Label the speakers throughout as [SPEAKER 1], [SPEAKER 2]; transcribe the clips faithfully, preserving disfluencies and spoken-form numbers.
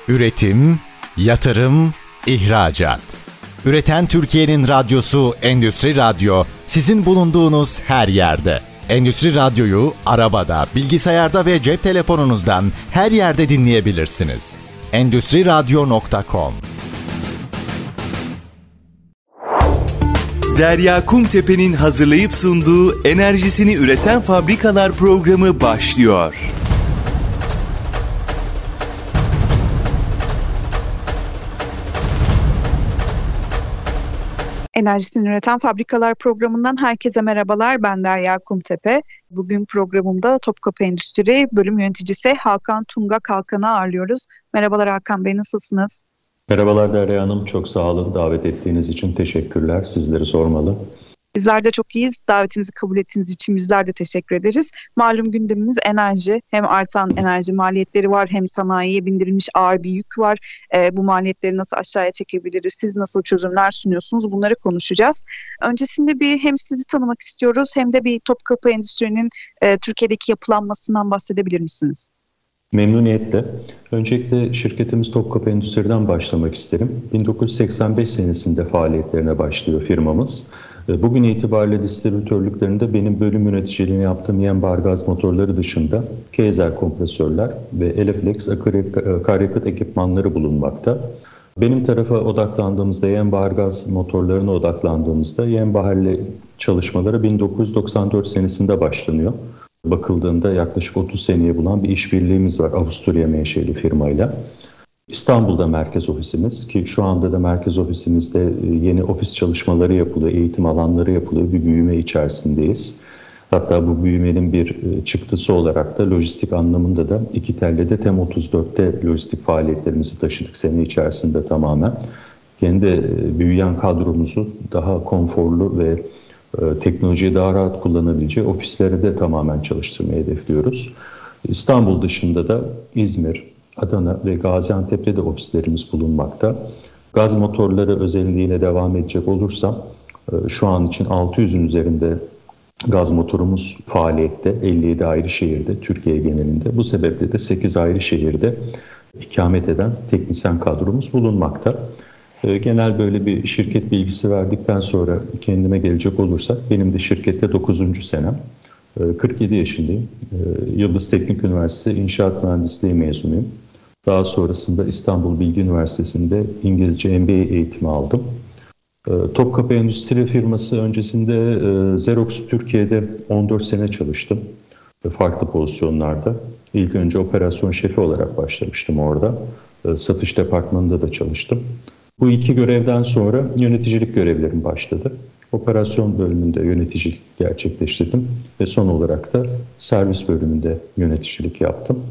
[SPEAKER 1] Üretim, yatırım, ihracat. Üreten Türkiye'nin radyosu Endüstri Radyo, sizin bulunduğunuz her yerde. Endüstri Radyo'yu arabada, bilgisayarda ve cep telefonunuzdan her yerde dinleyebilirsiniz. endüstri radyo nokta com.
[SPEAKER 2] Derya Kumtepe'nin hazırlayıp sunduğu Enerjisini Üreten Fabrikalar programı başlıyor.
[SPEAKER 3] Enerjisini Üreten Fabrikalar programından herkese merhabalar. Ben Derya Kumtepe. Bugün programımda Topkapı Endüstri Bölüm Yöneticisi Hakan Tunga Kalkan'ı ağırlıyoruz. Merhabalar Hakan Bey, nasılsınız?
[SPEAKER 4] Merhabalar Derya Hanım, çok sağ olun. Davet ettiğiniz için teşekkürler. Sizleri sormalı.
[SPEAKER 3] Bizler de çok iyiyiz. Davetimizi kabul ettiğiniz için bizler de teşekkür ederiz. Malum gündemimiz enerji. Hem artan enerji maliyetleri var, hem sanayiye bindirilmiş ağır bir yük var. E, bu maliyetleri nasıl aşağıya çekebiliriz? Siz nasıl çözümler sunuyorsunuz? Bunları konuşacağız. Öncesinde bir hem sizi tanımak istiyoruz, hem de bir Topkapı Endüstri'nin e, Türkiye'deki yapılanmasından bahsedebilir misiniz?
[SPEAKER 4] Memnuniyetle. Öncelikle şirketimiz Topkapı Endüstri'den başlamak isterim. bin dokuz yüz seksen beş senesinde faaliyetlerine başlıyor firmamız. Bugün itibariyle distribütörlüklerinde benim bölüm yöneticiliğini yaptığım Yanbar gaz motorları dışında Kaiser kompresörler ve Eleflex akaryakıt ekipmanları bulunmakta. Benim tarafa odaklandığımızda, Yanbar gaz motorlarına odaklandığımızda Yanbar'le çalışmaları bin dokuz yüz doksan dört senesinde başlanıyor. Bakıldığında yaklaşık otuz seneye bulan bir işbirliğimiz var Avusturya menşeli firmayla. İstanbul'da merkez ofisimiz, ki şu anda da merkez ofisimizde yeni ofis çalışmaları yapılıyor, eğitim alanları yapılıyor, bir büyüme içerisindeyiz. Hatta bu büyümenin bir çıktısı olarak da lojistik anlamında da İKİTEL'de T E M otuz dörtte lojistik faaliyetlerimizi taşıdık sene içerisinde tamamen. Kendi büyüyen kadromuzu daha konforlu ve teknolojiyi daha rahat kullanabileceği ofislere de tamamen çalıştırmayı hedefliyoruz. İstanbul dışında da İzmir, Adana ve Gaziantep'te de ofislerimiz bulunmakta. Gaz motorları özelliğine devam edecek olursam, şu an için altı yüzün üzerinde gaz motorumuz faaliyette, elli yedi ayrı şehirde, Türkiye genelinde. Bu sebeple de sekiz ayrı şehirde ikamet eden teknisyen kadromuz bulunmakta. Genel böyle bir şirket bilgisi verdikten sonra kendime gelecek olursak, benim de şirkette dokuzuncu senem. kırk yedi yaşındayım. Yıldız Teknik Üniversitesi İnşaat Mühendisliği mezunuyum. Daha sonrasında İstanbul Bilgi Üniversitesi'nde İngilizce M B A eğitimi aldım. Topkapı Endüstri firması öncesinde Xerox Türkiye'de on dört sene çalıştım. Farklı pozisyonlarda. İlk önce operasyon şefi olarak başlamıştım orada. Satış departmanında da çalıştım. Bu iki görevden sonra yöneticilik görevlerim başladı. Operasyon bölümünde yöneticilik gerçekleştirdim ve son olarak da servis bölümünde yöneticilik yaptım.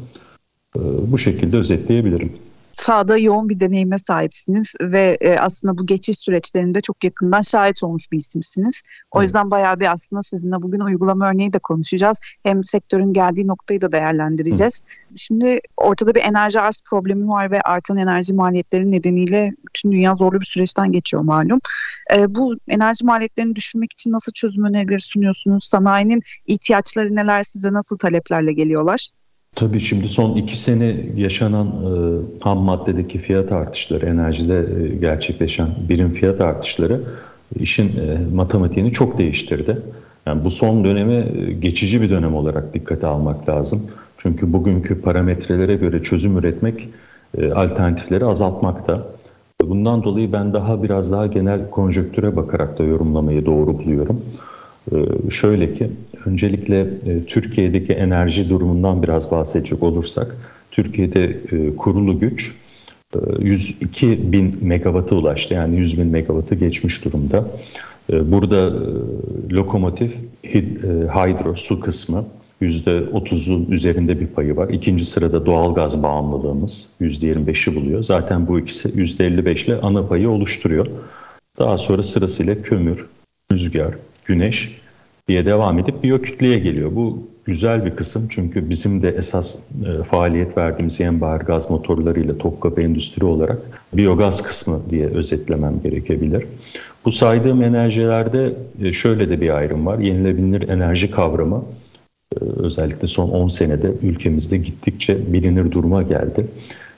[SPEAKER 4] Bu şekilde özetleyebilirim.
[SPEAKER 3] Sahada yoğun bir deneyime sahipsiniz ve aslında bu geçiş süreçlerinde çok yakından şahit olmuş bir isimsiniz. O yüzden bayağı bir aslında sizinle bugün uygulama örneği de konuşacağız. Hem sektörün geldiği noktayı da değerlendireceğiz. Hı. Şimdi ortada bir enerji arz problemi var ve artan enerji maliyetleri nedeniyle bütün dünya zorlu bir süreçten geçiyor malum. Bu enerji maliyetlerini düşürmek için nasıl çözüm önerileri sunuyorsunuz? Sanayinin ihtiyaçları neler, size nasıl taleplerle geliyorlar?
[SPEAKER 4] Tabii şimdi son iki sene yaşanan e, ham maddedeki fiyat artışları, enerjide e, gerçekleşen birim fiyat artışları işin e, matematiğini çok değiştirdi. Yani bu son dönemi e, geçici bir dönem olarak dikkate almak lazım. Çünkü bugünkü parametrelere göre çözüm üretmek e, alternatifleri azaltmakta. Bundan dolayı ben daha biraz daha genel konjonktüre bakarak da yorumlamayı doğru buluyorum. Ee, şöyle ki, öncelikle e, Türkiye'deki enerji durumundan biraz bahsedecek olursak, Türkiye'de e, kurulu güç e, yüz iki bin megawatt'a ulaştı. Yani yüz bin megawatt'ı geçmiş durumda. E, burada e, lokomotif, hid, e, hidro, su kısmı yüzde otuzun üzerinde bir payı var. İkinci sırada doğalgaz bağımlılığımız yüzde yirmi beşi buluyor. Zaten bu ikisi yüzde elli beş ile ana payı oluşturuyor. Daha sonra sırasıyla kömür, rüzgar, güneş diye devam edip biyokütleye geliyor. Bu güzel bir kısım, çünkü bizim de esas e, faaliyet verdiğimiz Yanbar gaz motorlarıyla Topkapı Endüstri olarak biyogaz kısmı diye özetlemem gerekebilir. Bu saydığım enerjilerde e, şöyle de bir ayrım var. Yenilebilir enerji kavramı e, özellikle son on senede ülkemizde gittikçe bilinir duruma geldi.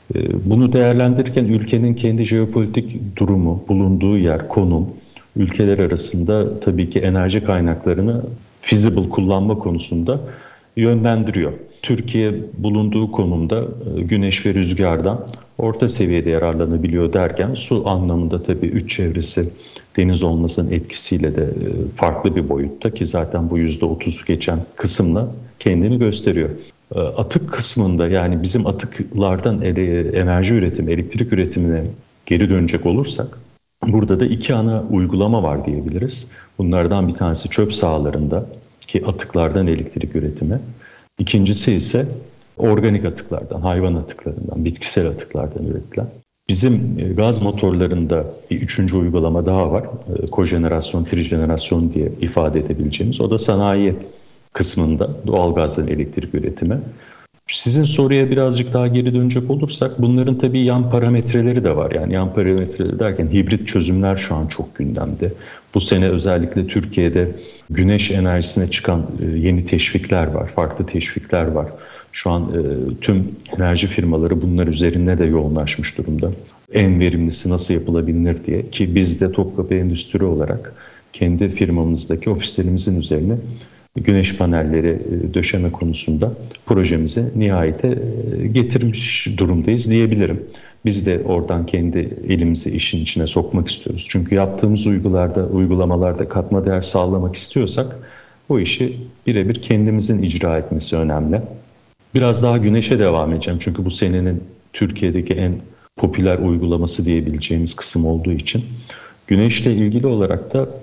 [SPEAKER 4] Bunu değerlendirirken ülkenin kendi jeopolitik durumu, bulunduğu yer, konum, ülkeler arasında tabii ki enerji kaynaklarını feasible kullanma konusunda yönlendiriyor. Türkiye bulunduğu konumda güneş ve rüzgardan orta seviyede yararlanabiliyor derken su anlamında tabii üç çevresi deniz olmasının etkisiyle de farklı bir boyutta ki zaten bu yüzde otuz geçen kısımla kendini gösteriyor. Atık kısmında yani bizim atıklardan enerji üretimi, elektrik üretimine geri dönecek olursak burada da iki ana uygulama var diyebiliriz. Bunlardan bir tanesi çöp sahalarında ki atıklardan elektrik üretimi. İkincisi ise organik atıklardan, hayvan atıklarından, bitkisel atıklardan üretilen. Bizim gaz motorlarında bir üçüncü uygulama daha var. Kojenerasyon, trijenerasyon diye ifade edebileceğimiz. O da sanayi kısmında doğalgazdan elektrik üretimi. Sizin soruya birazcık daha geri dönecek olursak bunların tabii yan parametreleri de var. Yani yan parametreleri derken hibrit çözümler şu an çok gündemde. Bu sene özellikle Türkiye'de güneş enerjisine çıkan yeni teşvikler var, farklı teşvikler var. Şu an tüm enerji firmaları bunlar üzerine de yoğunlaşmış durumda. En verimlisi nasıl yapılabilir diye ki biz de Topkapı Endüstri olarak kendi firmamızdaki ofislerimizin üzerine güneş panelleri döşeme konusunda projemizi nihayete getirmiş durumdayız diyebilirim. Biz de oradan kendi elimizi işin içine sokmak istiyoruz. Çünkü yaptığımız uygularda, uygulamalarda katma değer sağlamak istiyorsak bu işi birebir kendimizin icra etmesi önemli. Biraz daha güneşe devam edeceğim. Çünkü bu senenin Türkiye'deki en popüler uygulaması diyebileceğimiz kısım olduğu için. Güneşle ilgili olarak da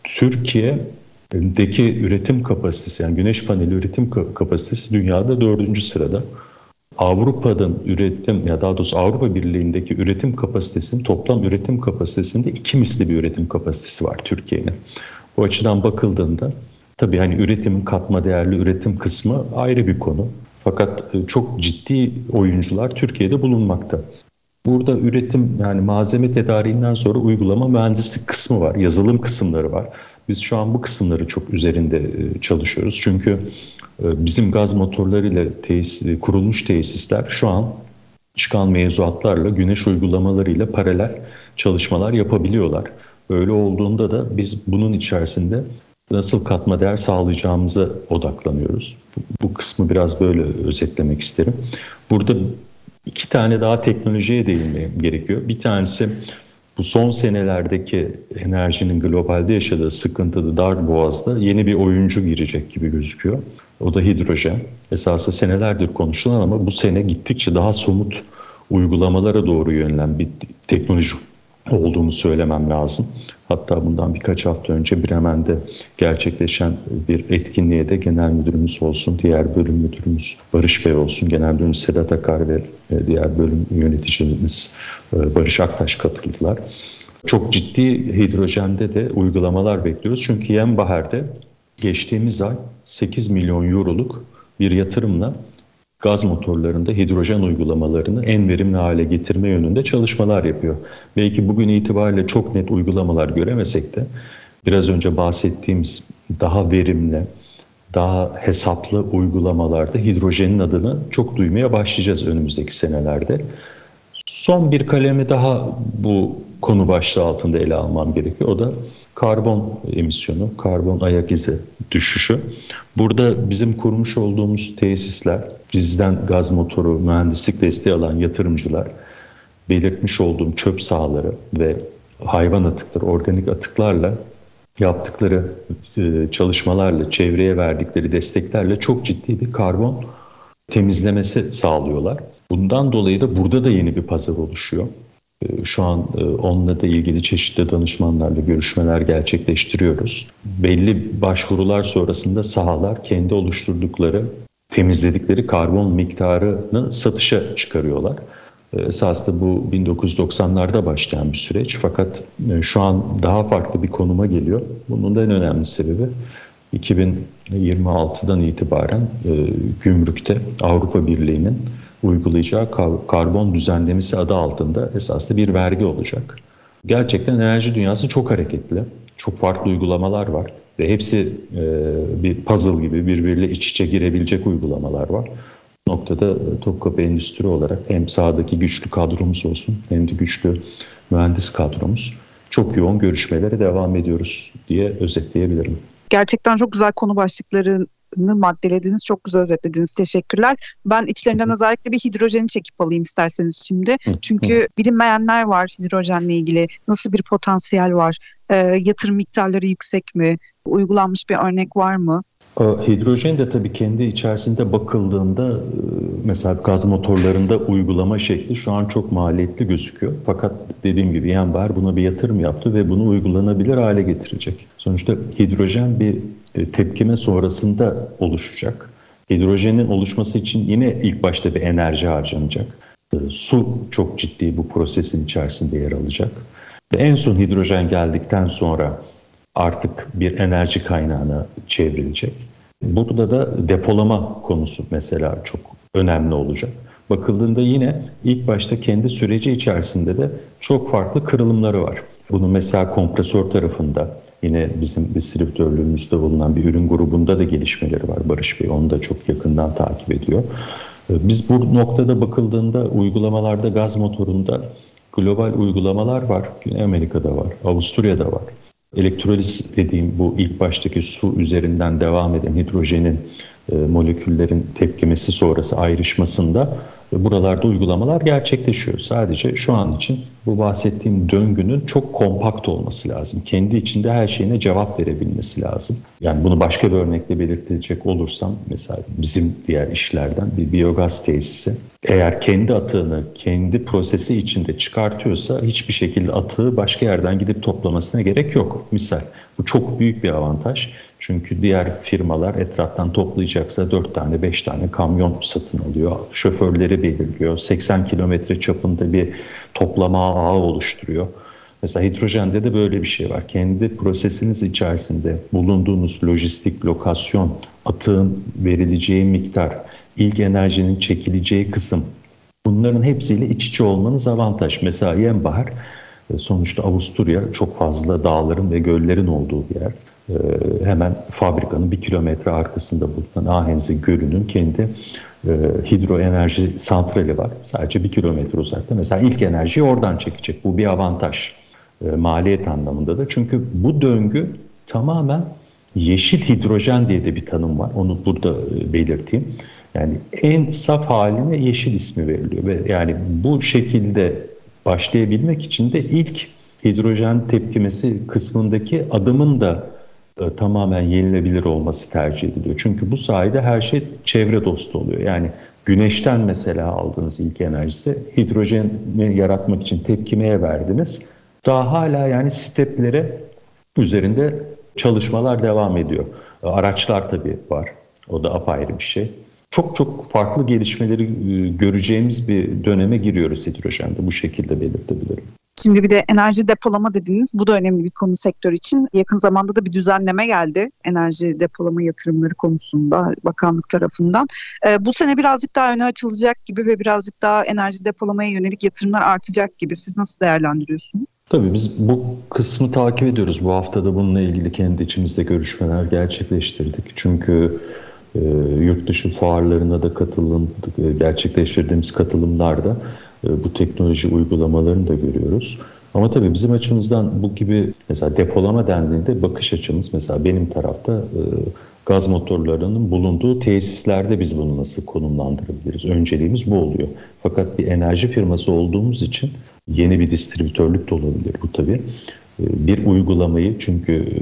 [SPEAKER 4] Türkiye'deki üretim kapasitesi yani güneş paneli üretim kapasitesi dünyada dördüncü sırada. Avrupa'nın üretim ya daha doğrusu Avrupa Birliği'ndeki üretim kapasitesinin toplam üretim kapasitesinde iki misli bir üretim kapasitesi var Türkiye'nin. Bu açıdan bakıldığında tabii hani üretimin katma değerli üretim kısmı ayrı bir konu. Fakat çok ciddi oyuncular Türkiye'de bulunmakta. Burada üretim yani malzeme tedariğinden sonra uygulama mühendislik kısmı var, yazılım kısımları var. Biz şu an bu kısımları çok üzerinde çalışıyoruz. Çünkü bizim gaz motorlarıyla tesis, kurulmuş tesisler şu an çıkan mevzuatlarla, güneş uygulamalarıyla paralel çalışmalar yapabiliyorlar. Öyle olduğunda da biz bunun içerisinde nasıl katma değer sağlayacağımıza odaklanıyoruz. Bu, bu kısmı biraz böyle özetlemek isterim. Burada iki tane daha teknolojiye değinmem gerekiyor. Bir tanesi bu son senelerdeki enerjinin globalde yaşadığı sıkıntılı dar boğazda yeni bir oyuncu girecek gibi gözüküyor. O da hidrojen. Esasında senelerdir konuşulan ama bu sene gittikçe daha somut uygulamalara doğru yönelen bir teknoloji olduğunu söylemem lazım. Hatta bundan birkaç hafta önce Bremen'de gerçekleşen bir etkinliğe de genel müdürümüz olsun, diğer bölüm müdürümüz Barış Bey olsun, genel müdürümüz Sedat Akar ve diğer bölüm yöneticimiz Barış Aktaş katıldılar. Çok ciddi hidrojende de uygulamalar bekliyoruz. Çünkü Yenbahar'da geçtiğimiz ay sekiz milyon euroluk bir yatırımla gaz motorlarında hidrojen uygulamalarını en verimli hale getirme yönünde çalışmalar yapıyor. Belki bugün itibariyle çok net uygulamalar göremesek de biraz önce bahsettiğimiz daha verimli, daha hesaplı uygulamalarda hidrojenin adını çok duymaya başlayacağız önümüzdeki senelerde. Son bir kalemi daha bu konu başlığı altında ele almam gerekiyor. O da karbon emisyonu, karbon ayak izi düşüşü. Burada bizim kurmuş olduğumuz tesisler, bizden gaz motoru, mühendislik desteği alan yatırımcılar, belirtmiş olduğum çöp sahaları ve hayvan atıkları, organik atıklarla yaptıkları çalışmalarla, çevreye verdikleri desteklerle çok ciddi bir karbon temizlemesi sağlıyorlar. Bundan dolayı da burada da yeni bir pazar oluşuyor. Şu an onunla da ilgili çeşitli danışmanlarla görüşmeler gerçekleştiriyoruz. Belli başvurular sonrasında sahalar kendi oluşturdukları, temizledikleri karbon miktarını satışa çıkarıyorlar. Esasında bu bin dokuz yüz doksanlarda başlayan bir süreç fakat şu an daha farklı bir konuma geliyor. Bunun da en önemli sebebi iki bin yirmi altıdan itibaren gümrükte Avrupa Birliği'nin uygulayacağı karbon düzenlemesi adı altında esasında bir vergi olacak. Gerçekten enerji dünyası çok hareketli. Çok farklı uygulamalar var ve hepsi bir puzzle gibi birbiriyle iç içe girebilecek uygulamalar var. noktada Topkapı Endüstri olarak hem sahadaki güçlü kadromuz olsun hem de güçlü mühendis kadromuz çok yoğun görüşmelere devam ediyoruz diye özetleyebilirim.
[SPEAKER 3] Gerçekten çok güzel konu başlıklarını maddelediniz, çok güzel özetlediniz. Teşekkürler. Ben içlerinden özellikle bir hidrojeni çekip alayım isterseniz şimdi. Çünkü bilinmeyenler var hidrojenle ilgili. Nasıl bir potansiyel var? E, yatırım miktarları yüksek mi? Uygulanmış bir örnek var mı?
[SPEAKER 4] Hidrojen de tabii kendi içerisinde bakıldığında mesela gaz motorlarında uygulama şekli şu an çok maliyetli gözüküyor. Fakat dediğim gibi Yanbahar buna bir yatırım yaptı ve bunu uygulanabilir hale getirecek. Sonuçta hidrojen bir tepkime sonrasında oluşacak. Hidrojenin oluşması için yine ilk başta bir enerji harcanacak. Su çok ciddi bu prosesin içerisinde yer alacak. Ve en son hidrojen geldikten sonra artık bir enerji kaynağına çevrilecek. Burada da depolama konusu mesela çok önemli olacak. Bakıldığında yine ilk başta kendi süreci içerisinde de çok farklı kırılımları var. Bunun mesela kompresör tarafında yine bizim distribütörlüğümüzde bulunan bir ürün grubunda da gelişmeleri var. Barış Bey onu da çok yakından takip ediyor. Biz bu noktada bakıldığında uygulamalarda gaz motorunda global uygulamalar var. Güney Amerika'da var, Avusturya'da var. Elektroliz dediğim bu ilk baştaki su üzerinden devam eden hidrojenin e, moleküllerin tepkimesi sonrası ayrışmasında e, buralarda uygulamalar gerçekleşiyor. Sadece şu an için bu bahsettiğim döngünün çok kompakt olması lazım. Kendi içinde her şeyine cevap verebilmesi lazım. Yani bunu başka bir örnekle belirtecek olursam mesela bizim diğer işlerden bir biyogaz tesisi eğer kendi atığını kendi prosesi içinde çıkartıyorsa hiçbir şekilde atığı başka yerden gidip toplamasına gerek yok. Misal bu çok büyük bir avantaj. Çünkü diğer firmalar etraftan toplayacaksa dört tane beş tane kamyon satın alıyor. Şoförleri belirliyor. seksen kilometre çapında bir toplama ağı oluşturuyor. Mesela hidrojende de böyle bir şey var. Kendi prosesiniz içerisinde bulunduğunuz lojistik lokasyon, atığın verileceği miktar, ilk enerjinin çekileceği kısım, bunların hepsiyle iç içe olmanız avantaj. Mesela Yanbahar sonuçta Avusturya çok fazla dağların ve göllerin olduğu bir yer. Hemen fabrikanın bir kilometre arkasında bulunan Ahenzi Gölü'nün kendi e, hidroenerji santrali var. Sadece bir kilometre uzakta. Mesela ilk enerjiyi oradan çekecek. Bu bir avantaj. E, maliyet anlamında da. Çünkü bu döngü tamamen yeşil hidrojen diye de bir tanım var. Onu burada e, belirteyim. Yani en saf haline yeşil ismi veriliyor. Ve yani bu şekilde başlayabilmek için de ilk hidrojen tepkimesi kısmındaki adımın da tamamen yenilebilir olması tercih ediliyor. Çünkü bu sayede her şey çevre dostu oluyor. Yani güneşten mesela aldığınız ilk enerjisi hidrojeni yaratmak için tepkimeye verdiniz. Daha hala yani steplere üzerinde çalışmalar devam ediyor. Araçlar tabii var. O da apayrı bir şey. Çok çok farklı gelişmeleri göreceğimiz bir döneme giriyoruz hidrojende. Bu şekilde belirtebilirim.
[SPEAKER 3] Şimdi bir de enerji depolama dediniz. Bu da önemli bir konu sektör için. Yakın zamanda da bir düzenleme geldi enerji depolama yatırımları konusunda bakanlık tarafından. Ee, bu sene birazcık daha öne açılacak gibi ve birazcık daha enerji depolamaya yönelik yatırımlar artacak gibi. Siz nasıl değerlendiriyorsunuz?
[SPEAKER 4] Tabii biz bu kısmı takip ediyoruz. Bu haftada bununla ilgili kendi içimizde görüşmeler gerçekleştirdik. Çünkü e, yurt dışı fuarlarına da katılım, gerçekleştirdiğimiz katılımlarda bu teknoloji uygulamalarını da görüyoruz. Ama tabii bizim açımızdan bu gibi mesela depolama dendiğinde bakış açımız mesela benim tarafta e, gaz motorlarının bulunduğu tesislerde biz bunu nasıl konumlandırabiliriz? Önceliğimiz bu oluyor. Fakat bir enerji firması olduğumuz için yeni bir distribütörlük de olabilir bu tabii. E, bir uygulamayı çünkü e,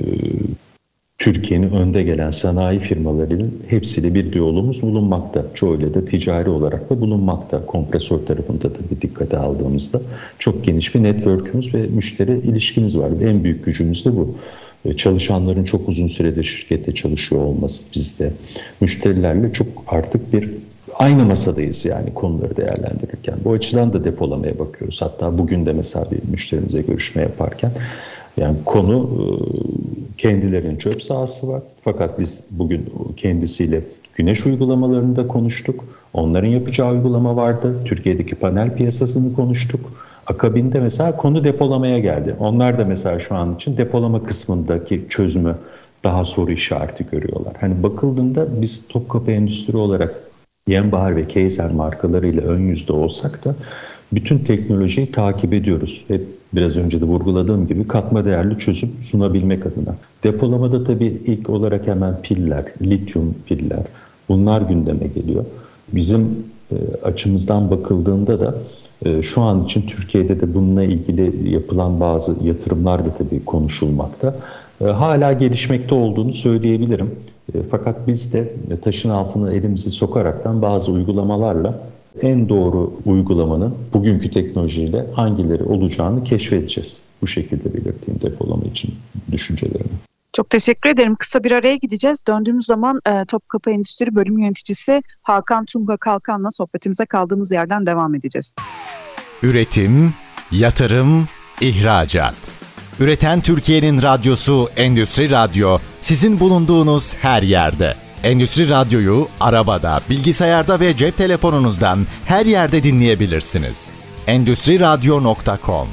[SPEAKER 4] Türkiye'nin önde gelen sanayi firmalarının hepsiyle bir diyalogumuz bulunmakta. Çoğuyla da ticari olarak da bulunmakta. Kompresör tarafında tabii dikkate aldığımızda çok geniş bir network'ümüz ve müşteri ilişkimiz var. En büyük gücümüz de bu. Çalışanların çok uzun süredir şirkette çalışıyor olması bizde. Müşterilerle çok artık bir aynı masadayız yani konuları değerlendirirken. Bu açıdan da depolamaya bakıyoruz. Hatta bugün de mesela bir müşterimize görüşme yaparken yani konu kendilerinin çöp sahası var. Fakat biz bugün kendisiyle güneş uygulamalarını da konuştuk. Onların yapacağı uygulama vardı. Türkiye'deki panel piyasasını konuştuk. Akabinde mesela konu depolamaya geldi. Onlar da mesela şu an için depolama kısmındaki çözümü daha soru işareti görüyorlar. Hani bakıldığında biz Topkapı Endüstri olarak Yenbahar ve Kaiser markalarıyla ön yüzde olsak da bütün teknolojiyi takip ediyoruz. Hep biraz önce de vurguladığım gibi katma değerli çözüm sunabilmek adına. Depolamada tabii ilk olarak hemen piller, lityum piller, bunlar gündeme geliyor. Bizim e, açımızdan bakıldığında da e, şu an için Türkiye'de de bununla ilgili yapılan bazı yatırımlar da tabii konuşulmakta. E, hala gelişmekte olduğunu söyleyebilirim. E, fakat biz de e, taşın altına elimizi sokaraktan bazı uygulamalarla en doğru uygulamanın bugünkü teknolojiyle hangileri olacağını keşfedeceğiz. Bu şekilde belirttiğim depolama için düşüncelerimi.
[SPEAKER 3] Çok teşekkür ederim. Kısa bir araya gideceğiz. Döndüğümüz zaman e, Topkapı Endüstri Bölüm Yöneticisi Hakan Tunga Kalkan'la sohbetimize kaldığımız yerden devam edeceğiz.
[SPEAKER 1] Üretim, yatırım, ihracat. Üreten Türkiye'nin radyosu Endüstri Radyo, sizin bulunduğunuz her yerde. Endüstri Radyo'yu arabada, bilgisayarda ve cep telefonunuzdan her yerde dinleyebilirsiniz. endüstri radyo nokta com.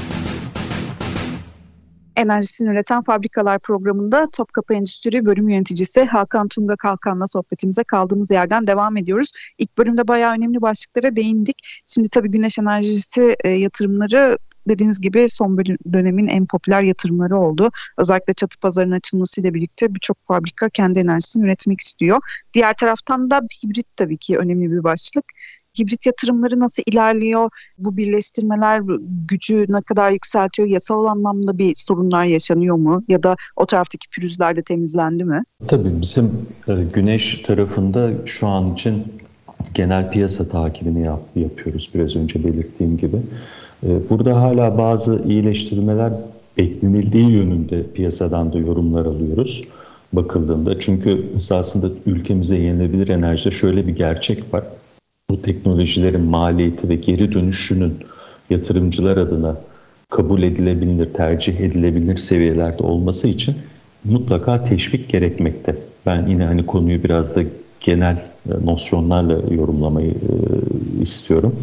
[SPEAKER 3] Enerjisini Üreten Fabrikalar programında Topkapı Endüstri Bölüm Yöneticisi Hakan Tunga Kalkan'la sohbetimize kaldığımız yerden devam ediyoruz. İlk bölümde bayağı önemli başlıklara değindik. Şimdi tabii güneş enerjisi e, yatırımları dediğiniz gibi son dönemin en popüler yatırımları oldu. Özellikle çatı pazarının açılmasıyla birlikte birçok fabrika kendi enerjisini üretmek istiyor. Diğer taraftan da hibrit tabii ki önemli bir başlık. Hibrit yatırımları nasıl ilerliyor? Bu birleştirmeler gücü ne kadar yükseltiyor? Yasal anlamda bir sorunlar yaşanıyor mu? Ya da o taraftaki pürüzler de temizlendi mi?
[SPEAKER 4] Tabii bizim güneş tarafında şu an için genel piyasa takibini yap, yapıyoruz biraz önce belirttiğim gibi. Burada hala bazı iyileştirmeler beklenildiği yönünde piyasadan da yorumlar alıyoruz bakıldığında. Çünkü esasında ülkemize yenilebilir enerjide şöyle bir gerçek var. Bu teknolojilerin maliyeti ve geri dönüşünün yatırımcılar adına kabul edilebilir, tercih edilebilir seviyelerde olması için mutlaka teşvik gerekmekte. Ben yine hani konuyu biraz da genel nosyonlarla yorumlamayı e, istiyorum.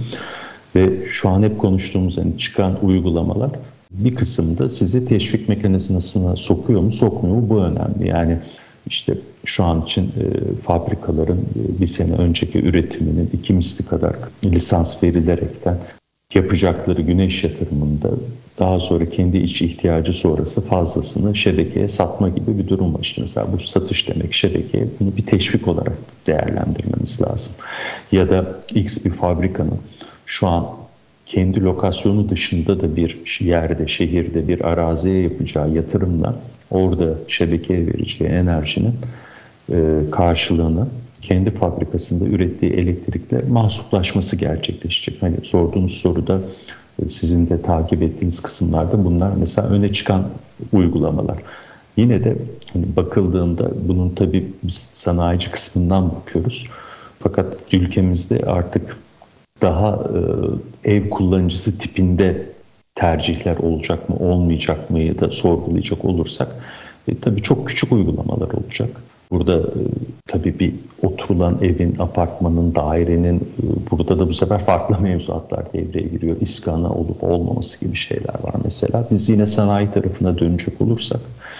[SPEAKER 4] Ve şu an hep konuştuğumuz hani çıkan uygulamalar bir kısımda sizi teşvik mekanizmasına sokuyor mu, sokmuyor mu, bu önemli. Yani işte şu an için e, fabrikaların e, bir sene önceki üretiminin iki misli kadar lisans verilerekten yapacakları güneş yatırımında daha sonra kendi iç ihtiyacı sonrası fazlasını şebekeye satma gibi bir durum var. İşte mesela bu satış demek şebekeye, bunu bir teşvik olarak değerlendirmemiz lazım. Ya da X bir fabrikanın şu an kendi lokasyonu dışında da bir yerde, şehirde bir araziye yapacağı yatırımla orada şebekeye vereceği enerjinin e, karşılığını kendi fabrikasında ürettiği elektrikle mahsuplaşması gerçekleşecek. Hani sorduğunuz soruda e, sizin de takip ettiğiniz kısımlarda bunlar mesela öne çıkan uygulamalar. Yine de hani bakıldığında bunun tabii biz sanayici kısmından bakıyoruz. Fakat ülkemizde artık daha e, ev kullanıcısı tipinde tercihler olacak mı, olmayacak mı ya da sorgulayacak olursak e, tabii çok küçük uygulamalar olacak. Burada e, tabii bir oturulan evin, apartmanın, dairenin e, burada da bu sefer farklı mevzuatlar devreye giriyor. İskana olup olmaması gibi şeyler var mesela. Biz yine sanayi tarafına dönecek olursak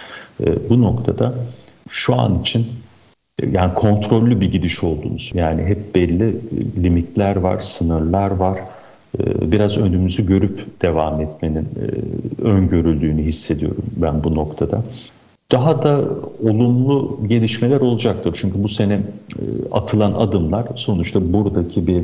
[SPEAKER 4] e, bu noktada şu an için yani kontrollü bir gidiş olduğumuz, yani hep belli limitler var, sınırlar var. Biraz önümüzü görüp devam etmenin öngörüldüğünü hissediyorum ben bu noktada. Daha da olumlu gelişmeler olacaktır. Çünkü bu sene atılan adımlar sonuçta buradaki bir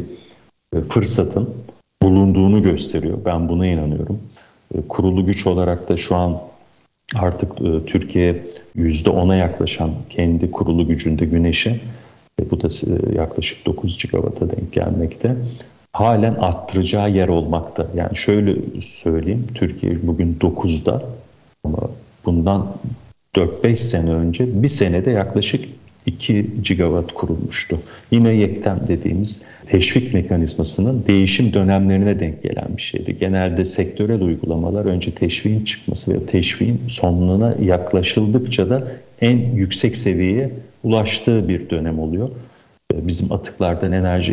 [SPEAKER 4] fırsatın bulunduğunu gösteriyor. Ben buna inanıyorum. Kurulu güç olarak da şu an artık Türkiye yüzde ona yaklaşan kendi kurulu gücünde güneşe, bu da yaklaşık dokuz gigawata denk gelmekte, halen arttıracağı yer olmakta. Yani şöyle söyleyeyim, Türkiye bugün dokuzda ama bundan dört beş sene önce bir senede yaklaşık iki gigawatt kurulmuştu. Yine yektem dediğimiz teşvik mekanizmasının değişim dönemlerine denk gelen bir şeydi. Genelde sektörel uygulamalar önce teşviğin çıkması ve teşviğin sonuna yaklaşıldıkça da en yüksek seviyeye ulaştığı bir dönem oluyor. Bizim atıklardan enerji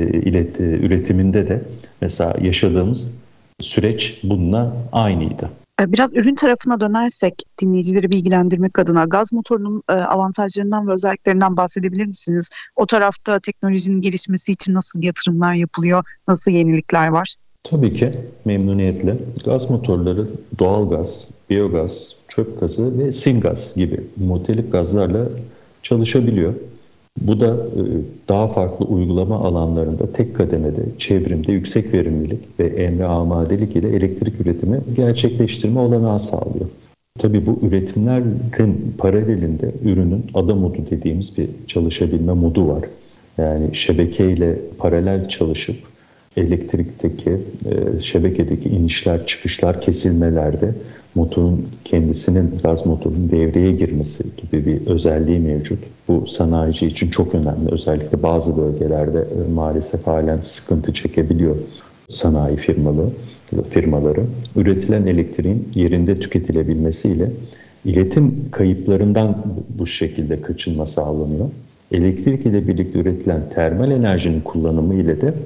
[SPEAKER 4] üretiminde de mesela yaşadığımız süreç bununla aynıydı.
[SPEAKER 3] Biraz ürün tarafına dönersek dinleyicileri bilgilendirmek adına gaz motorunun avantajlarından ve özelliklerinden bahsedebilir misiniz? O tarafta teknolojinin gelişmesi için nasıl yatırımlar yapılıyor, nasıl yenilikler var?
[SPEAKER 4] Tabii ki memnuniyetle. Gaz motorları doğalgaz, biyogaz, çöp gazı ve singaz gibi muhtelif gazlarla çalışabiliyor. Bu da daha farklı uygulama alanlarında tek kademede çevrimde yüksek verimlilik ve emre amadelik ile elektrik üretimi gerçekleştirme olanağı sağlıyor. Tabii bu üretimlerin paralelinde ürünün ada modu dediğimiz bir çalışabilme modu var. Yani şebekeyle paralel çalışıp elektrikteki, e, şebekedeki inişler, çıkışlar, kesilmelerde motorun kendisinin, gaz motorunun devreye girmesi gibi bir özelliği mevcut. Bu sanayici için çok önemli. Özellikle bazı bölgelerde e, maalesef halen sıkıntı çekebiliyor sanayi firmaları. firmaları. Üretilen elektriğin yerinde tüketilebilmesiyle iletim kayıplarından bu şekilde kaçınma sağlanıyor. Elektrik ile birlikte üretilen termal enerjinin kullanımı ile de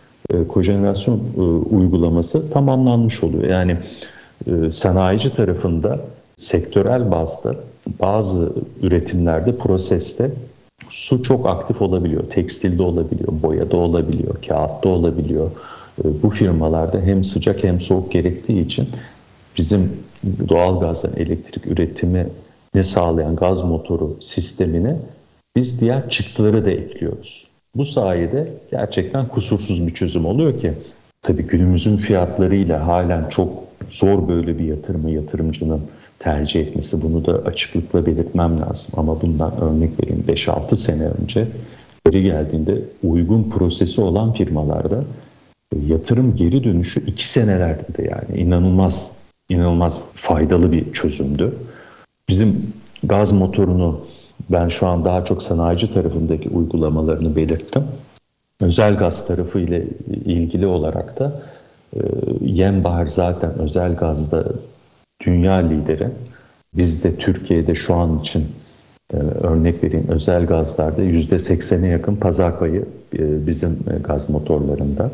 [SPEAKER 4] e, kojenerasyon e, uygulaması tamamlanmış oluyor. Yani e, sanayici tarafında sektörel bazda bazı üretimlerde, proseste su çok aktif olabiliyor. Tekstilde olabiliyor, boyada olabiliyor, kağıtta olabiliyor. E, bu firmalarda hem sıcak hem soğuk gerektiği için bizim doğalgazdan elektrik üretimi ne sağlayan gaz motoru sistemine biz diğer çıktıları da ekliyoruz. Bu sayede gerçekten kusursuz bir çözüm oluyor ki tabii günümüzün fiyatlarıyla halen çok zor böyle bir yatırımı yatırımcının tercih etmesi. Bunu da açıklıkla belirtmem lazım. Ama bundan örnek vereyim, beş altı sene önce geri geldiğinde uygun prosesi olan firmalarda yatırım geri dönüşü iki senelerde de yani inanılmaz inanılmaz faydalı bir çözümdü. Bizim gaz motorunu ben şu an daha çok sanayici tarafındaki uygulamalarını belirttim. Özel gaz tarafı ile ilgili olarak da e, Yenbahar zaten özel gazda dünya lideri. Biz de Türkiye'de şu an için e, örnek vereyim özel gazlarda yüzde seksene yakın pazar payı e, bizim e, gaz motorlarında.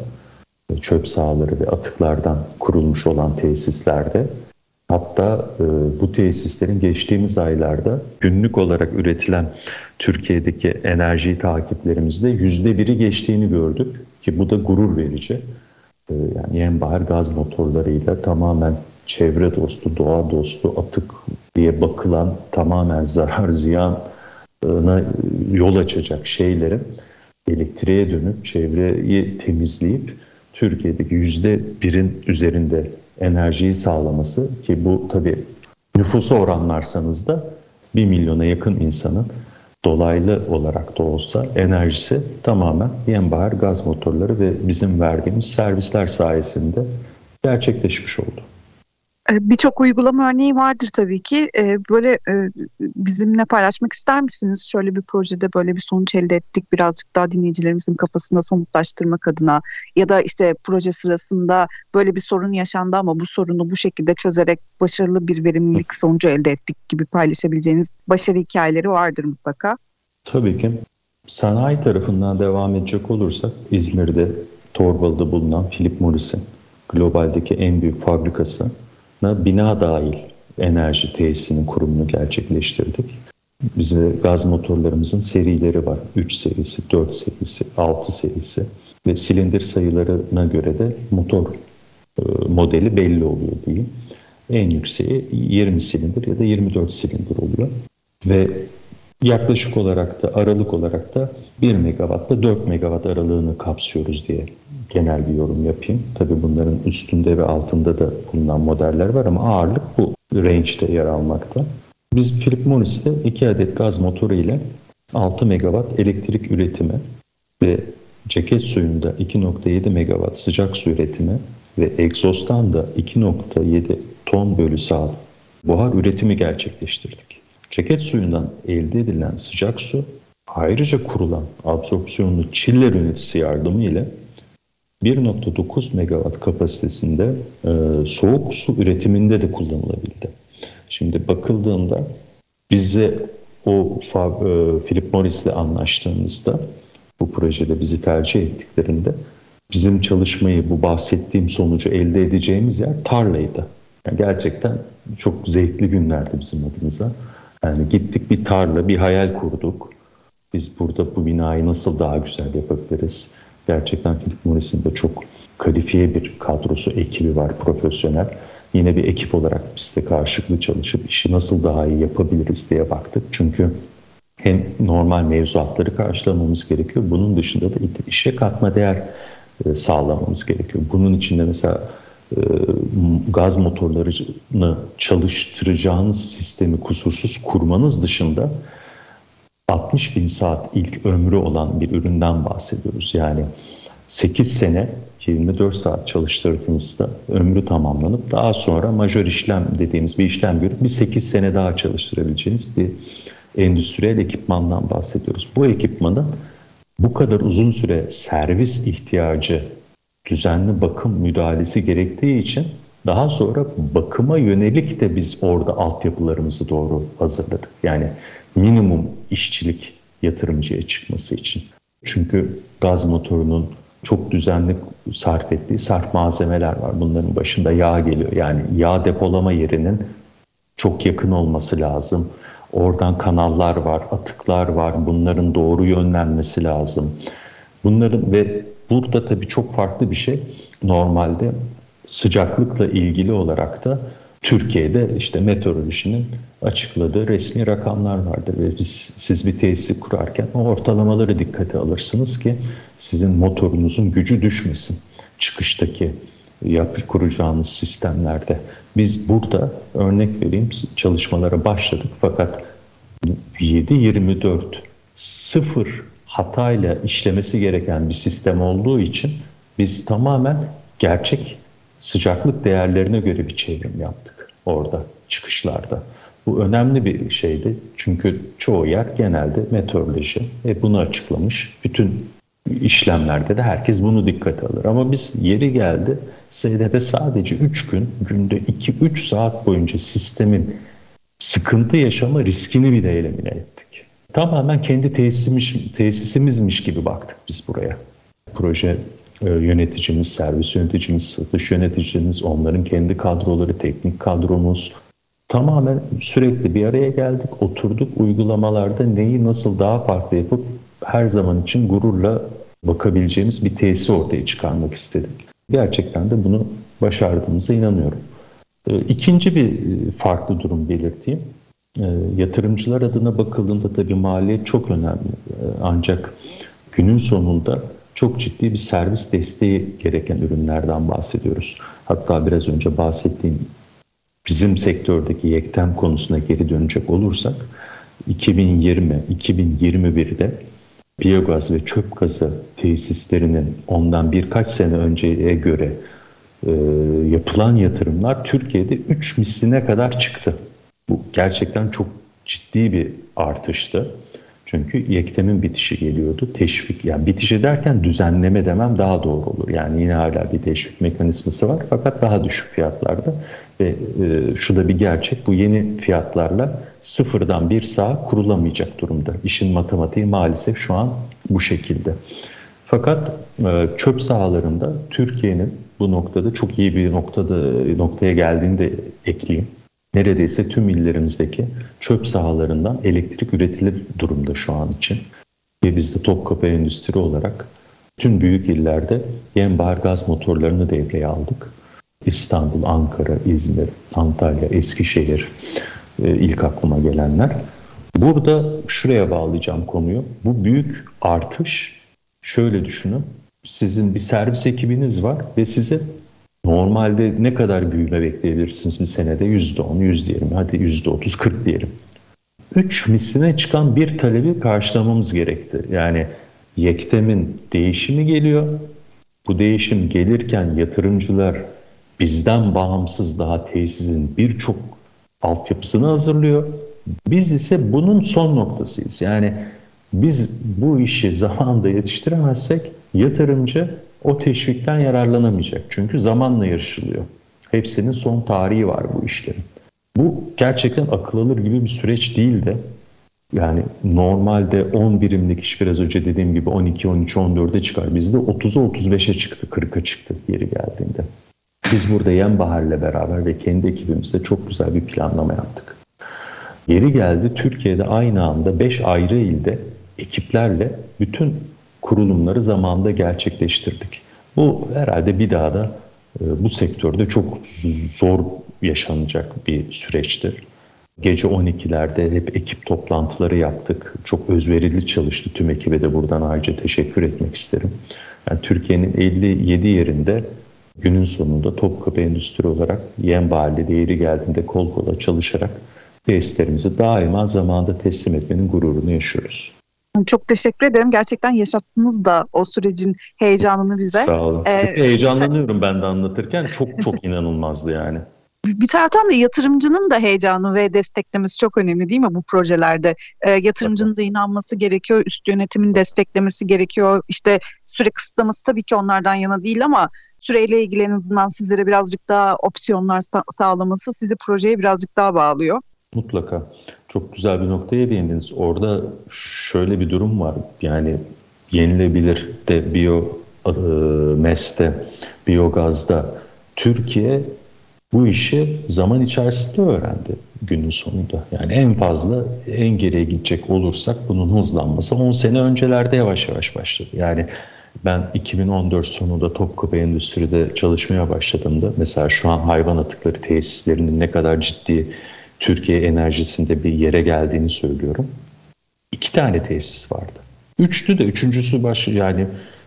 [SPEAKER 4] Çöp sahaları ve atıklardan kurulmuş olan tesislerde. Hatta e, bu tesislerin geçtiğimiz aylarda günlük olarak üretilen Türkiye'deki enerji takiplerimizde yüzde biri geçtiğini gördük ki bu da gurur verici. E, yani Yenbahar gaz motorlarıyla tamamen çevre dostu, doğa dostu, atık diye bakılan tamamen zarar ziyana yol açacak şeylerin elektriğe dönüp çevreyi temizleyip Türkiye'deki yüzde birin üzerinde enerjiyi sağlaması ki bu tabii nüfusu oranlarsanız da bir milyona yakın insanın dolaylı olarak da olsa enerjisi tamamen Yenbahar gaz motorları ve bizim verdiğimiz servisler sayesinde gerçekleşmiş oldu.
[SPEAKER 3] Birçok uygulama örneği vardır tabii ki. Böyle bizimle paylaşmak ister misiniz? Şöyle bir projede böyle bir sonuç elde ettik. Birazcık daha dinleyicilerimizin kafasında somutlaştırmak adına ya da işte proje sırasında böyle bir sorun yaşandı ama bu sorunu bu şekilde çözerek başarılı bir verimlilik sonucu elde ettik gibi paylaşabileceğiniz başarı hikayeleri vardır mutlaka.
[SPEAKER 4] Tabii ki. Sanayi tarafından devam edecek olursak İzmir'de Torbalı'da bulunan Philip Morris'in globaldeki en büyük fabrikası bina dahil enerji tesisinin kurumunu gerçekleştirdik. Bize gaz motorlarımızın serileri var. üç serisi, dört serisi, altı serisi ve silindir sayılarına göre de motor e, modeli belli oluyor diyeyim. En yükseği yirmi silindir ya da yirmi dört silindir oluyor. Ve yaklaşık olarak da aralık olarak da bir megawattla dört megawatt aralığını kapsıyoruz diye genel bir yorum yapayım. Tabii bunların üstünde ve altında da bulunan modeller var ama ağırlık bu range'de yer almakta. Biz Philip Morris'te iki adet gaz motoru ile altı megawatt elektrik üretimi ve ceket suyunda iki nokta yedi megawatt sıcak su üretimi ve egzozdan da iki nokta yedi ton bölü saat buhar üretimi gerçekleştirdik. Ceket suyundan elde edilen sıcak su ayrıca kurulan absorpsiyonlu chiller ünitesi yardımı ile bir nokta dokuz megawatt kapasitesinde e, soğuk su üretiminde de kullanılabildi. Şimdi bakıldığında bize o e, Philip Morris'le anlaştığımızda bu projede bizi tercih ettiklerinde bizim çalışmayı bu bahsettiğim sonucu elde edeceğimiz yer tarlaydı. Yani gerçekten çok zevkli günlerdi bizim adımıza. Yani gittik bir tarla, bir hayal kurduk. Biz burada bu binayı nasıl daha güzel yapabiliriz? Gerçekten Philip Morris'in de çok kalifiye bir kadrosu, ekibi var, profesyonel. Yine bir ekip olarak biz de karşılıklı çalışıp işi nasıl daha iyi yapabiliriz diye baktık. Çünkü hem normal mevzuatları karşılamamız gerekiyor. Bunun dışında da işe katma değer sağlamamız gerekiyor. Bunun içinde mesela gaz motorlarını çalıştıracağınız sistemi kusursuz kurmanız dışında altmış bin saat ilk ömrü olan bir üründen bahsediyoruz. Yani sekiz sene yirmi dört saat çalıştırdığınızda ömrü tamamlanıp daha sonra majör işlem dediğimiz bir işlem görüp bir sekiz sene daha çalıştırabileceğiniz bir endüstriyel ekipmandan bahsediyoruz. Bu ekipmanın bu kadar uzun süre servis ihtiyacı, düzenli bakım müdahalesi gerektiği için daha sonra bakıma yönelik de biz orada altyapılarımızı doğru hazırladık. Yani minimum işçilik yatırımcıya çıkması için. Çünkü gaz motorunun çok düzenli sarf ettiği sarf malzemeler var. Bunların başında yağ geliyor. Yani yağ depolama yerinin çok yakın olması lazım. Oradan kanallar var, atıklar var. Bunların doğru yönlenmesi lazım. Bunların ve burada tabii çok farklı bir şey. Normalde sıcaklıkla ilgili olarak da Türkiye'de işte meteorolojinin açıkladığı resmi rakamlar vardır ve biz, siz bir tesisi kurarken o ortalamaları dikkate alırsınız ki sizin motorunuzun gücü düşmesin çıkıştaki yapı kuracağınız sistemlerde. Biz burada örnek vereyim çalışmalara başladık fakat yedi yirmi dört sıfır hatayla işlemesi gereken bir sistem olduğu için biz tamamen gerçek sıcaklık değerlerine göre bir çevrim yaptık orada çıkışlarda. Bu önemli bir şeydi çünkü çoğu yer genelde meteoroloji ve bunu açıklamış. Bütün işlemlerde de herkes bunu dikkate alır. Ama biz yeri geldi S D P sadece üç gün günde iki üç saat boyunca sistemin sıkıntı yaşama riskini bile elimine ettik. Tamamen kendi tesisimiz, tesisimizmiş gibi baktık biz buraya. Proje yöneticimiz, servis yöneticimiz, satış yöneticimiz, onların kendi kadroları, teknik kadromuz tamamen sürekli bir araya geldik, oturduk uygulamalarda neyi nasıl daha farklı yapıp her zaman için gururla bakabileceğimiz bir tesis ortaya çıkarmak istedik. Gerçekten de bunu başardığımıza inanıyorum. İkinci bir farklı durum belirteyim. Yatırımcılar adına bakıldığında tabii maliyet çok önemli. Ancak günün sonunda çok ciddi bir servis desteği gereken ürünlerden bahsediyoruz. Hatta biraz önce bahsettiğim bizim sektördeki yektem konusuna geri dönecek olursak iki bin yirmi iki bin yirmi birde biyogaz ve çöp gazı tesislerinin ondan birkaç sene önceye göre e, yapılan yatırımlar Türkiye'de üç misline kadar çıktı. Bu gerçekten çok ciddi bir artıştı. Çünkü yektemin bitişi geliyordu. Teşvik, yani bitişi derken düzenleme demem daha doğru olur. Yani yine hala bir teşvik mekanizması var fakat daha düşük fiyatlarda. Ve e, şu da bir gerçek, bu yeni fiyatlarla sıfırdan bir saha kurulamayacak durumda. İşin matematiği maalesef şu an bu şekilde. Fakat e, çöp sahalarında Türkiye'nin bu noktada çok iyi bir noktada noktaya geldiğini de ekleyeyim. Neredeyse tüm illerimizdeki çöp sahalarından elektrik üretilir durumda şu an için. Ve biz de Topkapı Endüstri olarak tüm büyük illerde yenbahar gaz motorlarını devreye aldık. İstanbul, Ankara, İzmir, Antalya, Eskişehir e, ilk aklıma gelenler. Burada şuraya bağlayacağım konuyu. Bu büyük artış şöyle düşünün. Sizin bir servis ekibiniz var ve size normalde ne kadar büyüme bekleyebilirsiniz bir senede? yüzde on, yüzde yirmi, hadi yüzde otuz, kırk diyelim. üç misline çıkan bir talebi karşılamamız gerekti. Yani yektemin değişimi geliyor. Bu değişim gelirken yatırımcılar bizden bağımsız daha tesisin birçok altyapısını hazırlıyor. Biz ise bunun son noktasıyız. Yani biz bu işi zamanında yetiştiremezsek yatırımcı o teşvikten yararlanamayacak. Çünkü zamanla yarışılıyor. Hepsinin son tarihi var bu işlerin. Bu gerçekten akıl alır gibi bir süreç değil de yani normalde on birimlik iş biraz önce dediğim gibi on iki, on üç, on dörde çıkar. Bizde otuza otuz beşe çıktı, kırka çıktı yeri geldiğinde. Biz burada Yenbahar'la beraber ve kendi ekibimizle çok güzel bir planlama yaptık. Yeri geldi Türkiye'de aynı anda beş ayrı ilde ekiplerle bütün kurulumları zamanında gerçekleştirdik. Bu herhalde bir daha da e, bu sektörde çok zor yaşanacak bir süreçtir. Gece on ikilerde hep ekip toplantıları yaptık. Çok özverili çalıştı tüm ekibe de buradan ayrıca teşekkür etmek isterim. Yani Türkiye'nin elli yedi yerinde günün sonunda Topkapı Endüstri olarak Yenbahar'la yeri geldiğinde kol kola çalışarak tesislerimizi daima zamanında teslim etmenin gururunu yaşıyoruz.
[SPEAKER 3] Çok teşekkür ederim. Gerçekten yaşattınız da o sürecin heyecanını bize.
[SPEAKER 4] Sağ olun.
[SPEAKER 3] Ee,
[SPEAKER 4] Heyecanlanıyorum ben de anlatırken. Çok çok inanılmazdı yani.
[SPEAKER 3] Bir taraftan da yatırımcının da heyecanı ve desteklemesi çok önemli değil mi bu projelerde? Ee, yatırımcının da inanması gerekiyor, üst yönetimin desteklemesi gerekiyor. İşte süre kısıtlaması tabii ki onlardan yana değil ama süreyle ilgili en azından sizlere birazcık daha opsiyonlar sa- sağlaması sizi projeye birazcık daha bağlıyor.
[SPEAKER 4] Mutlaka. Çok güzel bir noktaya değindiniz. Orada şöyle bir durum var. Yani yenilebilir de, biyo e, mes'te, biyogazda Türkiye bu işi zaman içerisinde öğrendi günün sonunda. Yani en fazla en geriye gidecek olursak bunun hızlanması on sene öncelerde yavaş yavaş başladı. Yani ben iki bin on dört sonunda Topkapı Endüstri'de çalışmaya başladığımda mesela şu an hayvan atıkları tesislerinin ne kadar ciddi Türkiye enerjisinde bir yere geldiğini söylüyorum. İki tane tesis vardı. Üçtü de üçüncüsü baş yani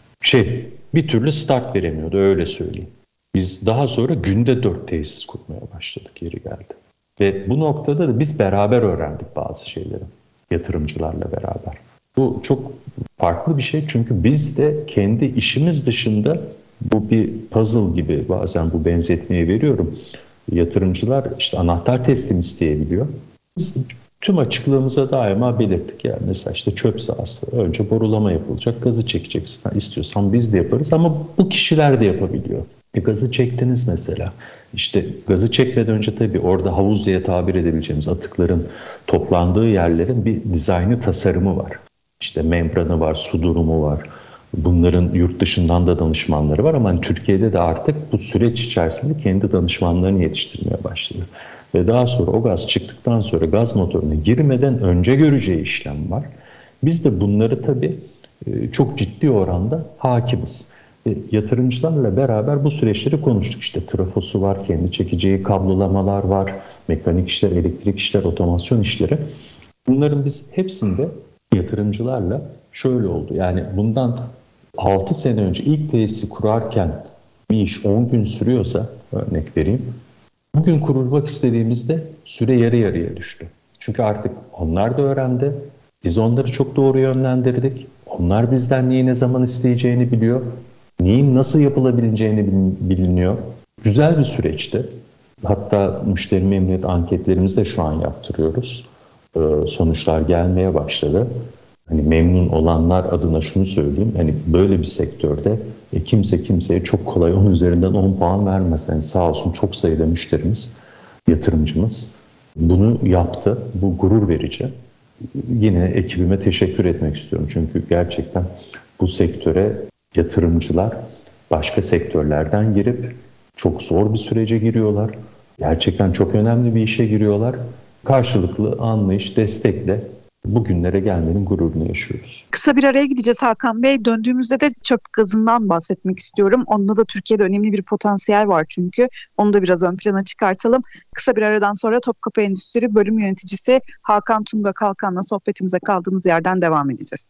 [SPEAKER 4] şey bir türlü start veremiyordu öyle söyleyeyim. Biz daha sonra günde dört tesis kurmaya başladık yeri geldi. Ve bu noktada da biz beraber öğrendik bazı şeyleri yatırımcılarla beraber. Bu çok farklı bir şey çünkü biz de kendi işimiz dışında bu bir puzzle gibi bazen bu benzetmeyi veriyorum. Yatırımcılar işte anahtar teslim isteyebiliyor. Biz tüm açıklığımıza daima belirttik. Yani mesela işte çöp sahası. Önce borulama yapılacak, gazı çekeceksin. Ha, istiyorsan biz de yaparız ama bu kişiler de yapabiliyor. E, gazı çektiniz mesela. İşte gazı çekmeden önce tabii orada havuz diye tabir edebileceğimiz atıkların toplandığı yerlerin bir dizaynı, tasarımı var. İşte membranı var, su durumu var. Bunların yurt dışından da danışmanları var ama hani Türkiye'de de artık bu süreç içerisinde kendi danışmanlarını yetiştirmeye başladı. Ve daha sonra o gaz çıktıktan sonra gaz motoruna girmeden önce göreceği işlem var. Biz de bunları tabii çok ciddi oranda hakimiz. E, yatırımcılarla beraber bu süreçleri konuştuk. İşte trafosu var, kendi çekeceği kablolamalar var, mekanik işler, elektrik işler, otomasyon işleri. Bunların biz hepsinde yatırımcılarla şöyle oldu. Yani bundan altı sene önce ilk tesisi kurarken bir iş on gün sürüyorsa örnek vereyim. Bugün kurulmak istediğimizde süre yarı yarıya düştü. Çünkü artık onlar da öğrendi. Biz onları çok doğru yönlendirdik. Onlar bizden neyi ne zaman isteyeceğini biliyor. Neyin nasıl yapılabileceğini biliniyor. Güzel bir süreçti. Hatta müşteri memnuniyet anketlerimizi de şu an yaptırıyoruz. Ee, sonuçlar gelmeye başladı. Hani memnun olanlar adına şunu söyleyeyim. Hani böyle bir sektörde e, kimse kimseye çok kolay on üzerinden on puan vermez. Yani sağ olsun çok sayıda müşterimiz, yatırımcımız bunu yaptı. Bu gurur verici. Yine ekibime teşekkür etmek istiyorum. Çünkü gerçekten bu sektöre yatırımcılar başka sektörlerden girip çok zor bir sürece giriyorlar. Gerçekten çok önemli bir işe giriyorlar. Karşılıklı anlayış, destekle bugünlere gelmenin gururunu yaşıyoruz.
[SPEAKER 3] Kısa bir araya gideceğiz Hakan Bey. Döndüğümüzde de çöp gazından bahsetmek istiyorum. Onda da Türkiye'de önemli bir potansiyel var çünkü. Onu da biraz ön plana çıkartalım. Kısa bir aradan sonra Topkapı Endüstri Bölüm Yöneticisi Hakan Tunga Kalkan'la sohbetimize kaldığımız yerden devam edeceğiz.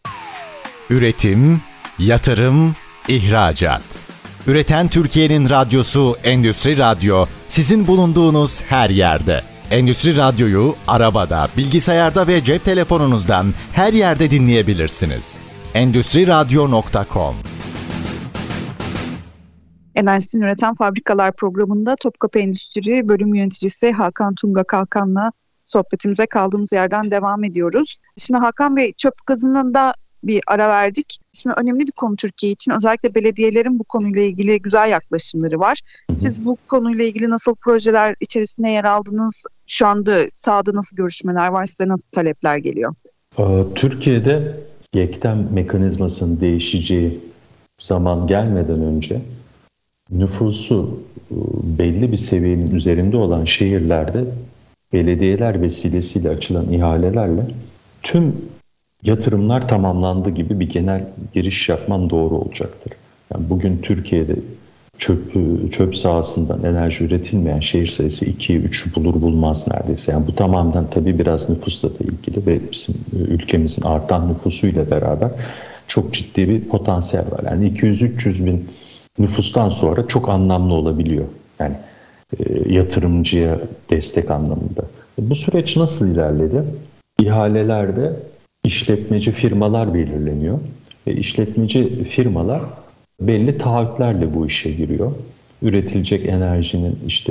[SPEAKER 1] Üretim, yatırım, ihracat. Üreten Türkiye'nin radyosu Endüstri Radyo, sizin bulunduğunuz her yerde. Endüstri Radyo'yu arabada, bilgisayarda ve cep telefonunuzdan her yerde dinleyebilirsiniz. endüstri radyo nokta com.
[SPEAKER 3] Enerjisini Üreten Fabrikalar programında Topkapı Endüstri Bölüm Yöneticisi Hakan Tunga Kalkan'la sohbetimize kaldığımız yerden devam ediyoruz. Şimdi Hakan Bey, çöp gazından da bir ara verdik. Şimdi önemli bir konu Türkiye için. Özellikle belediyelerin bu konuyla ilgili güzel yaklaşımları var. Siz bu konuyla ilgili nasıl projeler içerisinde yer aldınız? Şu anda sahada nasıl görüşmeler var? Size nasıl talepler geliyor?
[SPEAKER 4] Türkiye'de yektem mekanizmasının değişeceği zaman gelmeden önce nüfusu belli bir seviyenin üzerinde olan şehirlerde belediyeler vesilesiyle açılan ihalelerle tüm yatırımlar tamamlandı gibi bir genel giriş yapmam doğru olacaktır. Yani bugün Türkiye'de çöp, çöp sahasından enerji üretilmeyen şehir sayısı ikiyi üçü bulur bulmaz neredeyse. Yani bu tamamen tabii biraz nüfusla da ilgili ve bizim ülkemizin artan nüfusuyla beraber çok ciddi bir potansiyel var. Yani iki yüz üç yüz bin nüfustan sonra çok anlamlı olabiliyor. Yani e, yatırımcıya destek anlamında. Bu süreç nasıl ilerledi? İhalelerde işletmeci firmalar belirleniyor. Ve işletmeci firmalar belli taahhütlerle bu işe giriyor. Üretilecek enerjinin işte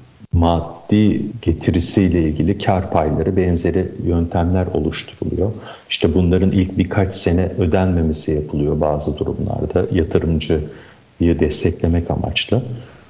[SPEAKER 4] maddi getirisiyle ilgili kar payları benzeri yöntemler oluşturuluyor. İşte bunların ilk birkaç sene ödenmemesi yapılıyor bazı durumlarda yatırımcıyı desteklemek amaçlı.